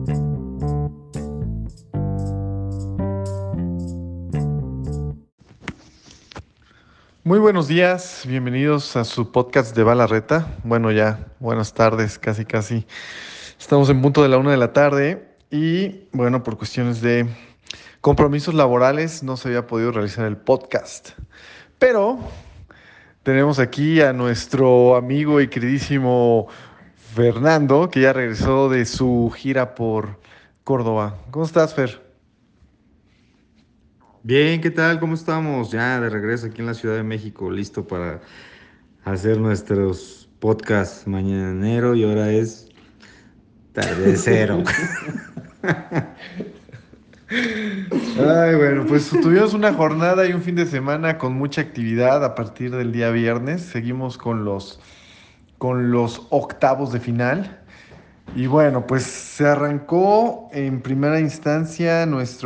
Muy buenos días, bienvenidos a su podcast de Balarreta. Bueno, ya, buenas tardes, casi casi. Estamos en punto de la 1 de la tarde y bueno, por cuestiones de compromisos laborales no se había podido realizar el podcast. Pero tenemos aquí a nuestro amigo y queridísimo Fernando, que ya regresó de su gira por Córdoba. ¿Cómo estás, Fer? Bien, ¿qué tal? ¿Cómo estamos? Ya de regreso aquí en la Ciudad de México, listo para hacer nuestros podcasts mañanero y ahora es tardecero. Ay, bueno, pues tuvimos una jornada y un fin de semana con mucha actividad a partir del día viernes. Seguimos con los octavos de final. Y bueno, pues se arrancó en primera instancia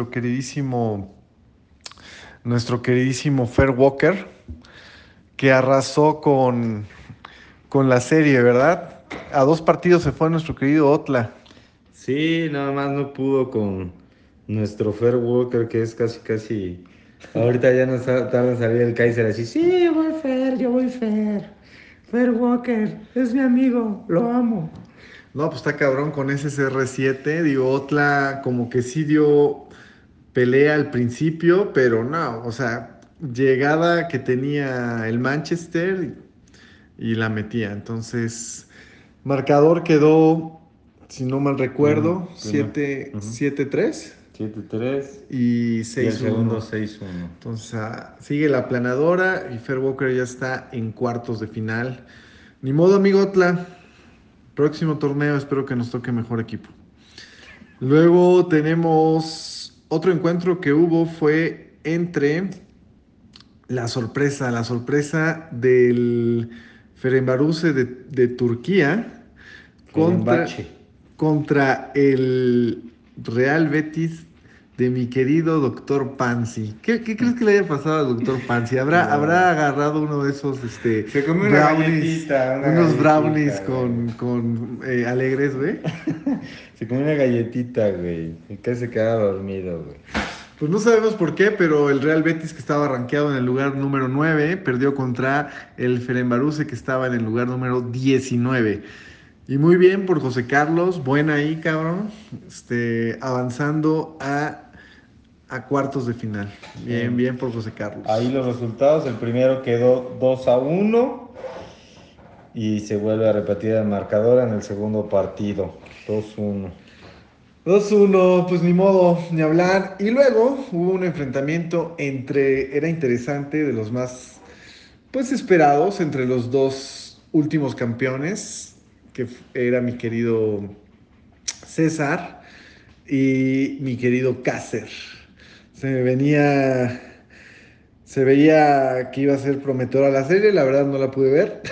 nuestro queridísimo Fair Walker, que arrasó con la serie, ¿verdad? A 2 partidos se fue nuestro querido Otla. Sí, nada más no pudo con nuestro Fair Walker, que es casi, casi. Ahorita ya no tarda en salir el Kaiser así. Sí, yo voy Fer, yo voy Fer. Fair Walker, es mi amigo, lo amo. No, pues está cabrón con ese CR7. Digo, Otla como que sí dio pelea al principio, pero no, o sea, llegada que tenía el Manchester y la metía. Entonces, marcador quedó, si no mal recuerdo, siete Ujú. 7-3 7-3 y y el segundo 6-1. 6-1. Entonces, sigue la planadora y Fair Walker ya está en cuartos de final. Ni modo, amigo Otla. Próximo torneo espero que nos toque mejor equipo. Luego tenemos otro encuentro que hubo fue entre la sorpresa del Fenerbahçe de Turquía contra, Fenerbahce. contra el Real Betis de mi querido doctor Panzi. ¿Qué crees que le haya pasado al doctor Panzi? ¿Habrá No. agarrado uno de esos Se comió una brownies galletita, güey. con alegres, güey? Se comió una galletita, güey. Y casi se quedaba dormido, güey. Pues no sabemos por qué, pero el Real Betis, que estaba rankeado en el lugar número 9 perdió contra el Fenerbahçe, que estaba en el lugar número 19. Y muy bien por José Carlos, buena ahí, cabrón. Avanzando a cuartos de final. Bien, Sí. bien por José Ahí Carlos. los resultados. El primero quedó 2-1 y se vuelve a repetir el marcador en el segundo partido. 2-1. 2-1, pues ni modo, ni hablar. Y luego hubo un enfrentamiento era interesante, de los más, pues esperados, entre los dos últimos campeones, que era mi querido César y mi querido Cácer. Se venía, se veía que iba a ser prometedora la serie, la verdad no la pude ver.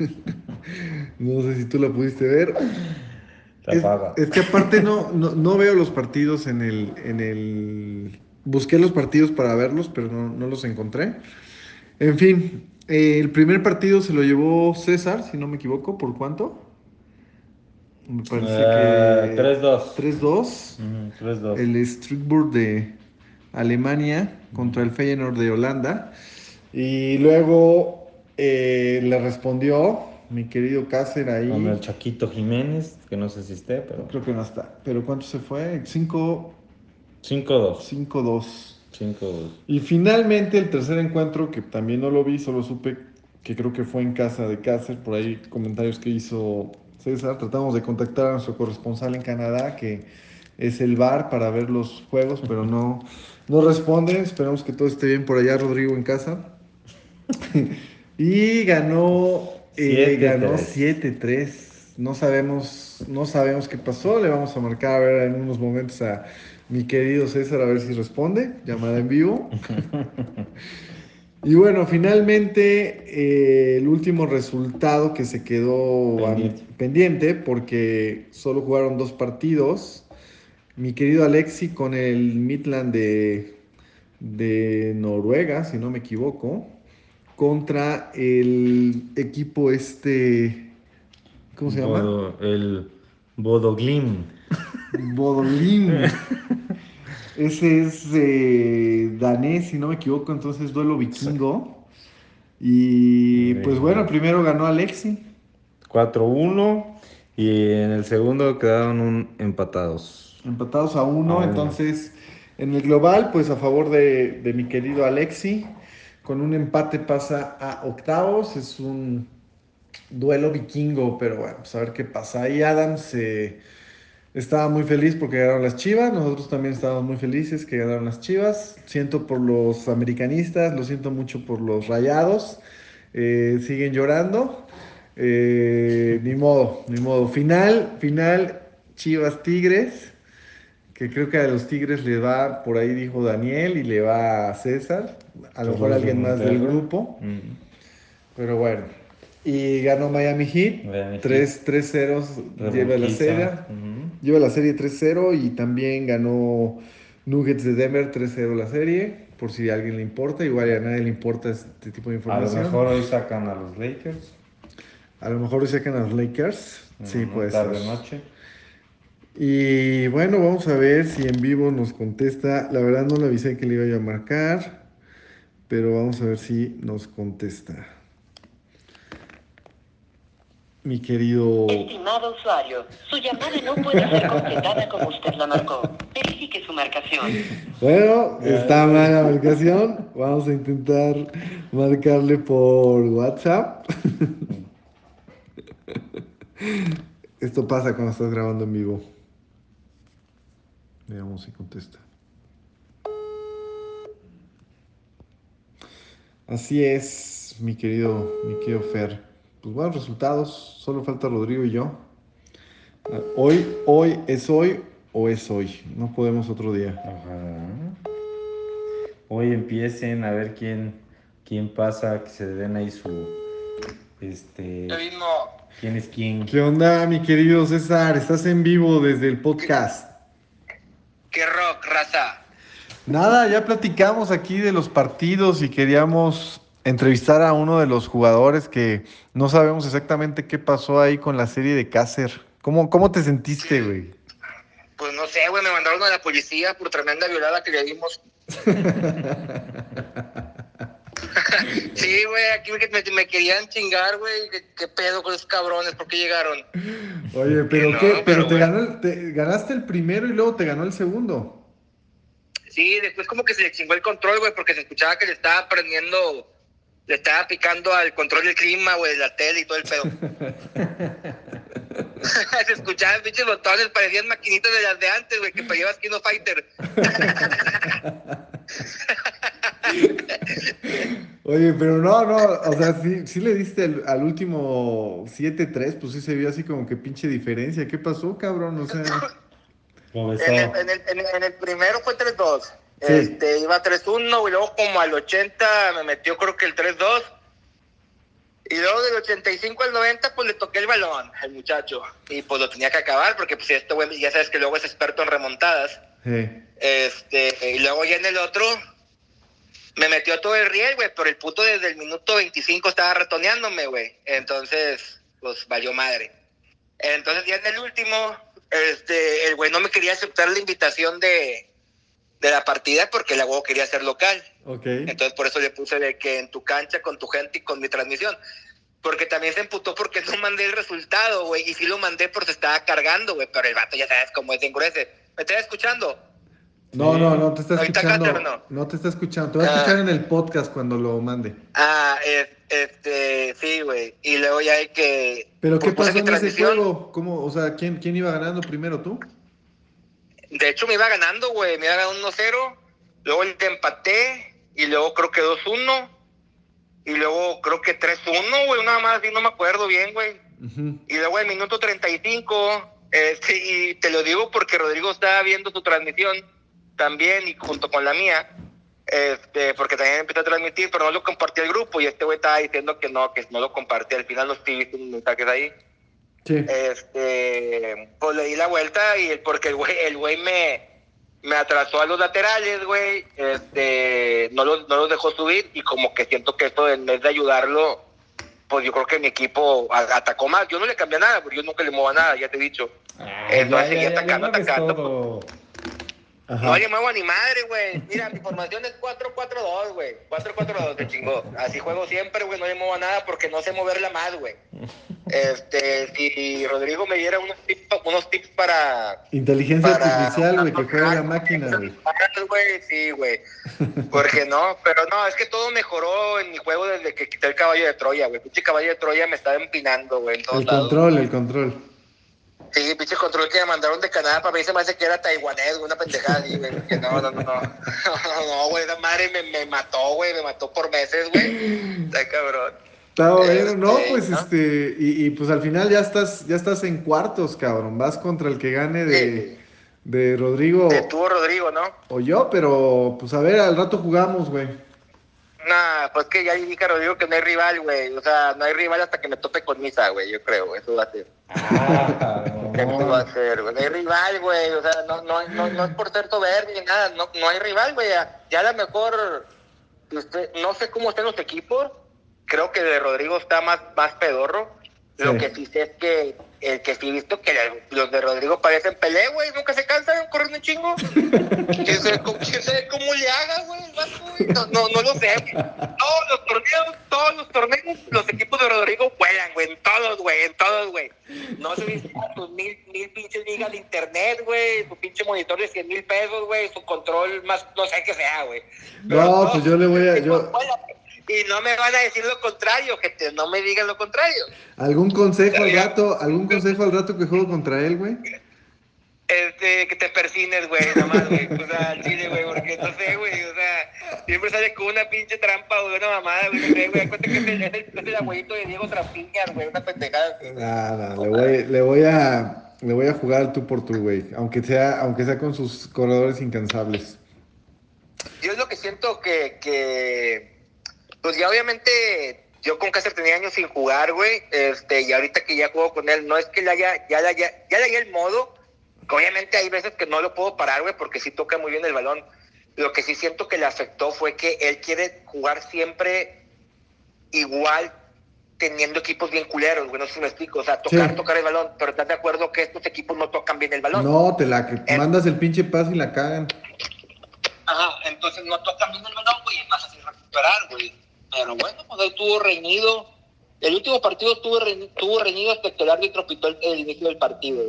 No sé si tú la pudiste ver. Se Es, apaga. es que aparte no veo los partidos en el. Busqué los partidos para verlos, pero no los encontré. En fin, el primer partido se lo llevó César, si no me equivoco. ¿Por cuánto? Me parece que 3-2. 3-2. Ujú, 3-2. El Strasbourg de Alemania contra el Feyenoord de Holanda. Y luego le respondió mi querido Cácer Con el ahí. Chaquito Jiménez, que no sé si esté, pero Creo que no está. ¿Pero cuánto se fue? 5 5-2. 5-2. 5-2. Y finalmente el tercer encuentro, que también no lo vi, solo supe que creo que fue en casa de Cácer, por ahí comentarios que hizo César. Tratamos de contactar a nuestro corresponsal en Canadá, que es el bar para ver los juegos, pero no responde. Esperamos que todo esté bien por allá, Rodrigo, en casa. Y ganó 7-3. 7-3. No sabemos qué pasó. Le vamos a marcar a ver en unos momentos a mi querido César a ver si responde. Llamada en vivo. Y bueno, finalmente el último resultado que se quedó Pendiente. pendiente porque solo jugaron 2 partidos. Mi querido Alexi con el Midland de Noruega, si no me equivoco, contra el equipo ¿cómo se llama? El Bodo Glim. Bodolín. Ese es danés, si no me equivoco, entonces duelo Sí. vikingo. Y Muy pues bueno, bien. primero ganó Alexi. 4-1 y en el segundo quedaron empatados Empatados a a uno, uno. entonces en el global, pues a favor de mi querido Alexi, con un empate pasa a octavos, es un duelo vikingo, pero bueno, pues a ver qué pasa. Ahí Adams estaba muy feliz porque ganaron las Chivas, nosotros también estábamos muy felices que ganaron las Chivas, siento por los americanistas, lo siento mucho por los Rayados, siguen llorando. Ni modo, ni modo. Final, Chivas Tigres que creo que a los Tigres le va, por ahí dijo Daniel, y le va a César, a lo Tú mejor los de alguien más del Monterrey. grupo, pero bueno. Y ganó Miami Heat, Miami Heat. 3-0 Revolquiza. Ujú. lleva la serie 3-0 y también ganó Nuggets de Denver 3-0 la serie, por si a alguien le importa, igual a nadie le importa este tipo de A lo información. mejor hoy sacan a los Lakers. A lo mejor hoy sacan a los Lakers, sí, No puede ser. tarde noche. Y bueno, vamos a ver si en vivo nos contesta. La verdad no le avisé que le iba yo a marcar, pero vamos a ver si nos contesta. Mi querido... Estimado usuario, su llamada no puede ser completada como usted la marcó. Verifique su marcación. Bueno, está mal la Ya, marcación. Vamos a intentar marcarle por WhatsApp. Esto pasa cuando estás grabando en vivo. Veamos si contesta. Así es, mi querido Fer. Pues buenos resultados. Solo falta Rodrigo y yo. Hoy es hoy o es hoy. No podemos otro día. ojalá. Hoy empiecen a ver quién pasa, que se den ahí su, Yo este, mismo. quién es quién. ¿Qué onda, mi querido César? Estás en vivo desde el podcast. ¿Qué rock, raza? Nada, ya platicamos aquí de los partidos y queríamos entrevistar a uno de los jugadores que no sabemos exactamente qué pasó ahí con la serie de Cácer. ¿Cómo te sentiste, güey? Pues no sé, güey, me mandaron a la policía por tremenda violada que le dimos. Sí, güey, aquí me querían chingar, güey. ¿Qué pedo con esos cabrones? ¿Por qué llegaron? Oye, Que pero qué, no, pero pero te bueno. ganó ganaste el primero y luego te ganó el segundo. Sí, después como que se le chingó el control, güey, porque se escuchaba que le estaba prendiendo, le estaba picando al control del clima, güey, de la tele y todo el pedo. Se escuchaban pinches botones, parecían maquinitas de las de antes, güey, que peleabas Kino Fighter. Oye, pero no, o sea, sí le diste al último 7-3, pues sí se vio así como que pinche diferencia. ¿Qué pasó, cabrón? O sea, En el, Comenzó. en el, en el, en el primero fue 3-2. sí. Iba 3-1 y luego como al 80 me metió creo que el 3-2. Y luego del 85 al 90 pues le toqué el balón al muchacho. Y pues lo tenía que acabar porque pues este güey ya sabes que luego es experto en remontadas. Sí. Y luego ya en el otro me metió todo el riel, güey, pero el puto desde el minuto 25 estaba retoneándome, güey. Entonces, pues valió madre. Entonces ya en el último, el güey no me quería aceptar la invitación de la partida porque el huevo quería ser local. Ok. Entonces por eso le puse de que en tu cancha, con tu gente y con mi transmisión. Porque también se emputó porque no mandé el resultado, güey. Y sí lo mandé porque se estaba cargando, güey. Pero el vato ya sabes cómo es de engruese. ¿Me estás escuchando? No Sí. te está ¿Ahorita Cáter o escuchando. no? No te está escuchando. Te va a escuchar en el podcast cuando lo mande. Sí, güey. Y luego ya hay que... Pero ¿qué Pues puse pasó mi en ese transmisión. juego? ¿Cómo? O sea, ¿quién iba ganando primero, tú? De hecho, me iba ganando, güey. Me iba ganando 1-0. Luego le empaté. Y luego creo que 2-1. Y luego creo que 3-1, güey. Nada más, y no me acuerdo bien, güey. Ujú. Y luego el minuto 35. Y te lo digo porque Rodrigo estaba viendo tu transmisión también. Y junto con la mía. Porque también empezó a transmitir, pero no lo compartí al grupo. Y este güey estaba diciendo que no lo compartí. Al final los viste unos mensajes ahí. Sí. Pues le di la vuelta y porque el güey me atrasó a los laterales, güey, no los dejó subir y como que siento que esto en vez de ayudarlo, pues yo creo que mi equipo atacó más. Yo no le cambié nada, porque yo nunca le muevo nada, ya te he dicho. Entonces seguía atacando. Todo. No le muevo ni madre, güey. Mira, mi formación es 4-4-2, güey. 4-4-2, te chingó. Así juego siempre, güey. No le muevo nada porque no sé moverla más, güey. Si Rodrigo me diera unos tips para... Inteligencia artificial, güey, que juegue la máquina, güey. Sí, güey. Porque no, pero no, es que todo mejoró en mi juego desde que quité el caballo de Troya, güey. Pinche caballo de Troya me estaba empinando, güey, en todos lados. El control. Sí, pinche control que me mandaron de Canadá, para mí se me hace que era taiwanés, güey, una pendejada así, güey. No, no, güey, esa madre me mató, güey, me mató por meses, güey. Está cabrón. Está bueno, no, pues ¿no? Y pues al final ya estás en cuartos, cabrón. Vas contra el que gane de Rodrigo. De tú, Rodrigo, ¿no? O yo, pero pues a ver, al rato jugamos, güey. Nah, pues que ya dije a Rodrigo que no hay rival, güey. O sea, no hay rival hasta que me tope con Misa, güey, yo creo, eso va a ser. Eso va a ser, güey. No hay rival, güey. O sea, no es por ser soberbio ni nada. No hay rival, güey. Ya a lo mejor, no sé cómo están los equipos. Creo que de Rodrigo está más pedorro. Sí. Lo que sí sé es que el que sí he visto que los de Rodrigo parecen Pelé, güey. Nunca se cansan corriendo un chingo. ¿Quién sabe cómo le haga, güey, el vato, güey? No lo sé. Todos los torneos, los equipos de Rodrigo vuelan, güey. En todos, güey. No se viste tus mil pinches ligas de internet, güey. Tu pinche monitor de 100,000 pesos, güey. Su control más, no sé qué sea, güey. No, pues yo le voy a... Y no me van a decir lo contrario, gente, no me digan lo contrario. ¿Algún consejo al rato que juego contra él, güey? Que te persines, güey, nomás, güey. O sea, al chile, güey, porque no sé, güey, o sea, siempre sale con una pinche trampa o una mamada, güey, no sé, güey. Acuérdate que es el abuelito de Diego Trampiñas, güey, una pendejada. Nada, le voy a jugar al tú por tú, güey, aunque sea con sus corredores incansables. Yo es lo que siento que pues ya obviamente yo con Cáceres tenía años sin jugar, güey, y ahorita que ya juego con él, no es que ya le haya el modo, que obviamente hay veces que no lo puedo parar, güey, porque sí toca muy bien el balón. Lo que sí siento que le afectó fue que él quiere jugar siempre igual, teniendo equipos bien culeros, güey, no sé si me explico, o sea, tocar el balón, pero estás de acuerdo que estos equipos no tocan bien el balón. No, te mandas el pinche pase y la cagan. Ajá, entonces no tocan bien el balón, güey, es más fácil recuperar, güey. Pero bueno, pues ahí estuvo reñido. El último partido estuvo reñido hasta que el árbitro pitó el inicio del partido.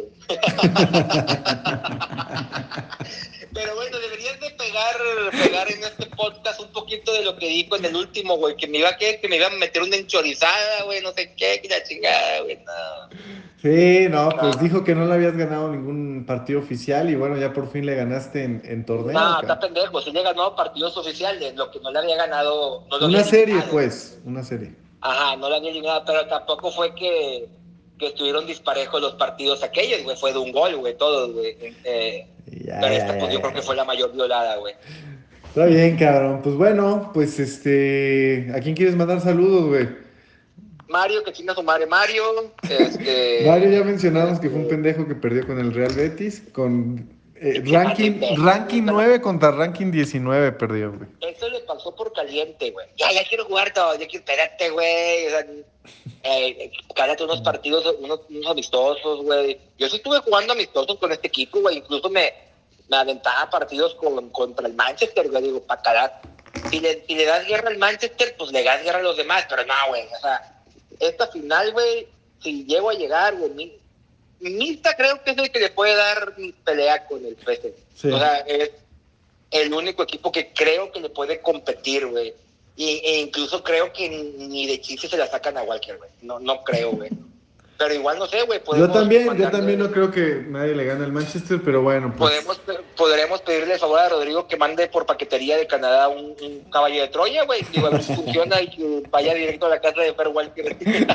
Pero bueno, deberías de pegar en este podcast un poquito de lo que dijo en el último, güey, que me iba a meter una enchorizada, güey, no sé qué, que la chingada, güey, no. Sí, pues dijo que no le habías ganado ningún partido oficial y bueno, ya por fin le ganaste en torneo. No, está pendejo, sí le ganó partidos oficiales, lo que no le había ganado... No lo una había serie, eliminado. Pues, una serie. Ajá, no la había eliminado, pero tampoco fue que estuvieron disparejos los partidos aquellos, güey, fue de un gol, güey, todos, güey. Pero esta, pues yo creo que fue la mayor violada, güey. Está bien, cabrón, pues bueno, pues ¿a quién quieres mandar saludos, güey? Mario, que chinga su madre, Mario. Mario ya mencionamos que fue un pendejo que perdió con el Real Betis, con ranking 9 contra ranking 19 perdió, güey. Eso le pasó por caliente, güey. Ya quiero jugar todo, espérate, güey. O sea, cállate unos partidos, unos amistosos, güey. Yo sí estuve jugando amistosos con este equipo, güey. Incluso me aventaba partidos contra el Manchester, güey. Digo, para calar. Si le das guerra al Manchester, pues le das guerra a los demás. Pero no, güey, o sea... Esta final, güey, si llego a llegar, güey, Mista creo que es el que le puede dar mi pelea con el PSG. Sí. O sea, es el único equipo que creo que le puede competir, güey. E incluso creo que ni de chiste se la sacan a Walker, güey. No creo, güey. Pero igual no sé, güey. Yo también no creo que nadie le gane al Manchester, pero bueno, pues... Podremos pedirle el favor a Rodrigo que mande por paquetería de Canadá un caballo de Troya, güey. Digo, a ver si funciona y que vaya directo a la casa de Fer Walker.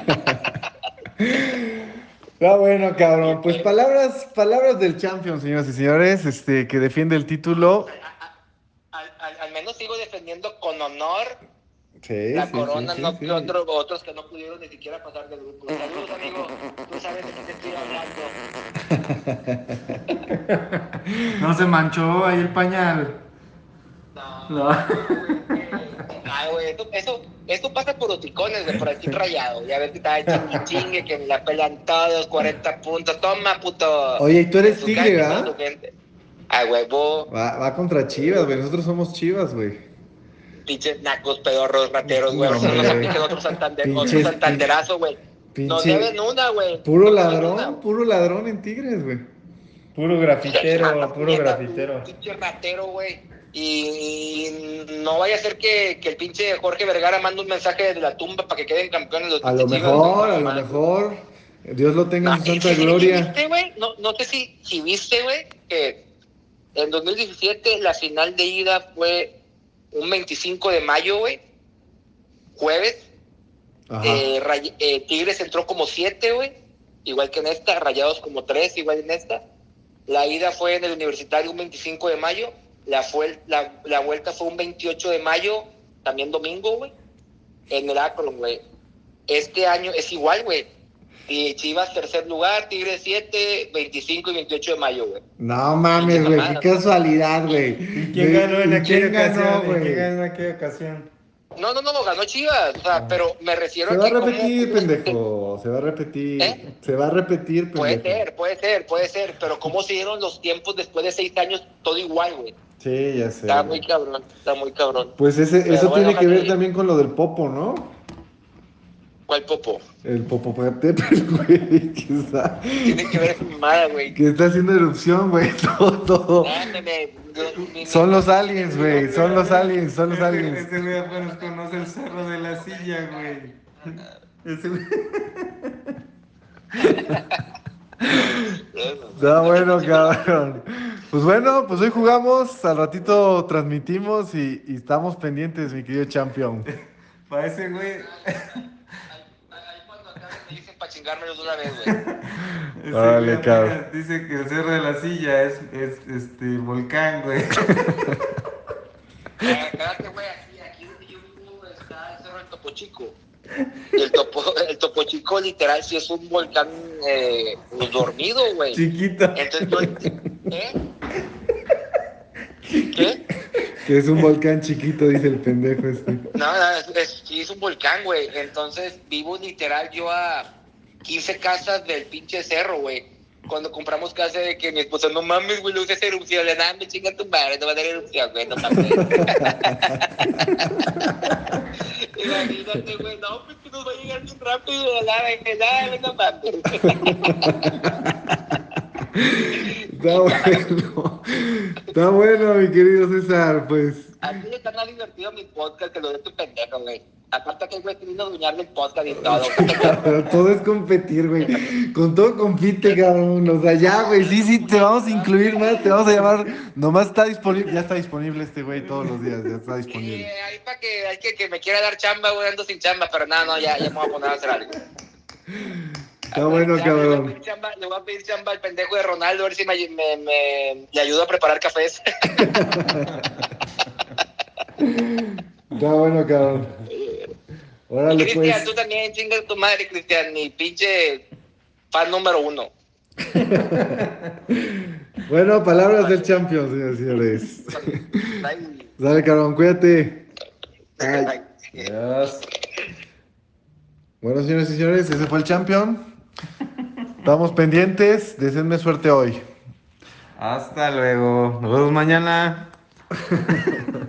Bueno, cabrón. Pues palabras del champion, señoras y señores, que defiende el título. Al menos sigo defendiendo con honor la corona, que otros que no pudieron ni siquiera pasar del grupo. Saludos, amigo. Tú sabes de qué te estoy hablando. No se manchó ahí el pañal. No. Ay, güey, esto pasa por hocicones, güey, por aquí Rayado. Ya ves que está chingue chingue, que me la pelan todos, 40 puntos. Toma, puto. Oye, y tú En eres su Tigre, cancha con su ¿verdad? gente. Ay, huevo, Va contra Chivas, güey. Nosotros somos Chivas, güey. pinches nacos, pedorros, rateros, güey. No, Ahorita nos hombre. aplican otro otro Pinches, Santanderazo, güey. Nos pinche. deben una, güey. Puro ladrón en Tigres, güey. Puro Anda grafitero, puro puñeta, tú, grafitero. pinche ratero, güey. Y no vaya a ser que el pinche Jorge Vergara mande un mensaje desde la tumba para que queden campeones los A lo pinches Chivas, güey. mejor, No, a lo mames. mejor. Dios lo tenga No, en su es santa que, ¿y gloria. viste, güey? No sé si viste, güey, que en 2017 la final de ida fue un 25 de mayo, güey, jueves. Ajá. Tigres entró como 7, güey, igual que en esta. Rayados como 3, igual en esta. La ida fue en el Universitario un 25 de mayo. La vuelta fue un 28 de mayo, también domingo, güey, en el Akron, güey. Este año es igual, güey. Y Chivas tercer lugar, Tigres 7, 25 y 28 de mayo, güey. No mames, güey, qué casualidad, güey. ¿Y quién ganó en ¿Y aquella quién ganó, ocasión? ¿Y quién güey? ganó en aquella ocasión? No, ganó Chivas. O sea, pero me refiero Se a va a que repetir, pendejo. Se va a repetir. ¿Eh? Se va a repetir, pendejo. Puede ser, pero cómo se dieron los tiempos después de 6 años, todo igual, güey. Sí, ya sé. Está güey. muy cabrón. Pues Pero eso bueno, tiene que ver ojalá- también con lo del Popo, ¿no? ¿Cuál Popo? El Popocatépetl, güey, Tiene que ver esa mamada, güey. que está haciendo erupción, güey, todo. Son los aliens, güey, son los aliens. Ese güey apenas conoce el cerro de la silla, güey. Ese güey. Está bueno, cabrón. Pues bueno, pues hoy jugamos, al ratito transmitimos y estamos pendientes, mi querido champion. Para ese güey. Ahí cuando acaben me dicen para chingármelos de una vez, güey. Ese Órale, güey cabrón. apenas dice que el cerro de la silla es volcán, güey. Espérate, güey, aquí donde yo vivo está el cerro del Topo Chico. Y el Topo Chico literal sí es un volcán pues, dormido, güey. Chiquito. Entonces yo... ¿Eh? ¿Qué? Que es un volcán chiquito, dice el pendejo este. No, sí es un volcán, güey. Entonces vivo literal yo a 15 casas del pinche cerro, güey. Cuando compramos casa de que mi esposa, no mames, güey, luces erupción, le dan, me chinga tu madre, no va a dar erupción, güey, no mames. Imagínate, güey, no, pues que nos va a llegar bien rápido, no mames. Está bueno, mi querido César, pues. A ti está más divertido mi podcast que lo de tu pendejo, güey. Aparte que el güey queriendo adueñarle el podcast y todo. Todo es competir, güey. Con todo compite, cabrón. O sea, ya, güey, sí, te vamos a incluir más, te vamos a llamar. Nomás está disponible, ya está disponible este güey todos los días, ya está Y disponible. ahí para que hay que me quiera dar chamba, güey, ando sin chamba, pero no, ya me voy a poner a hacer algo. Está bueno, cabrón. Le voy a pedir chamba al pendejo de Ronaldo, a ver si le ayudo a preparar cafés. Está bueno, cabrón. Órale, Y Cristian, pues. tú también, chinga tu madre, Cristian, mi pinche fan número 1. Bueno, palabras del champion, señores y señores. Bye. Dale, cabrón, cuídate. Ay. Bye. Dios. Bueno, señores y señores, ese fue el champion. Estamos pendientes. Deseenme suerte hoy. Hasta luego. Nos vemos mañana.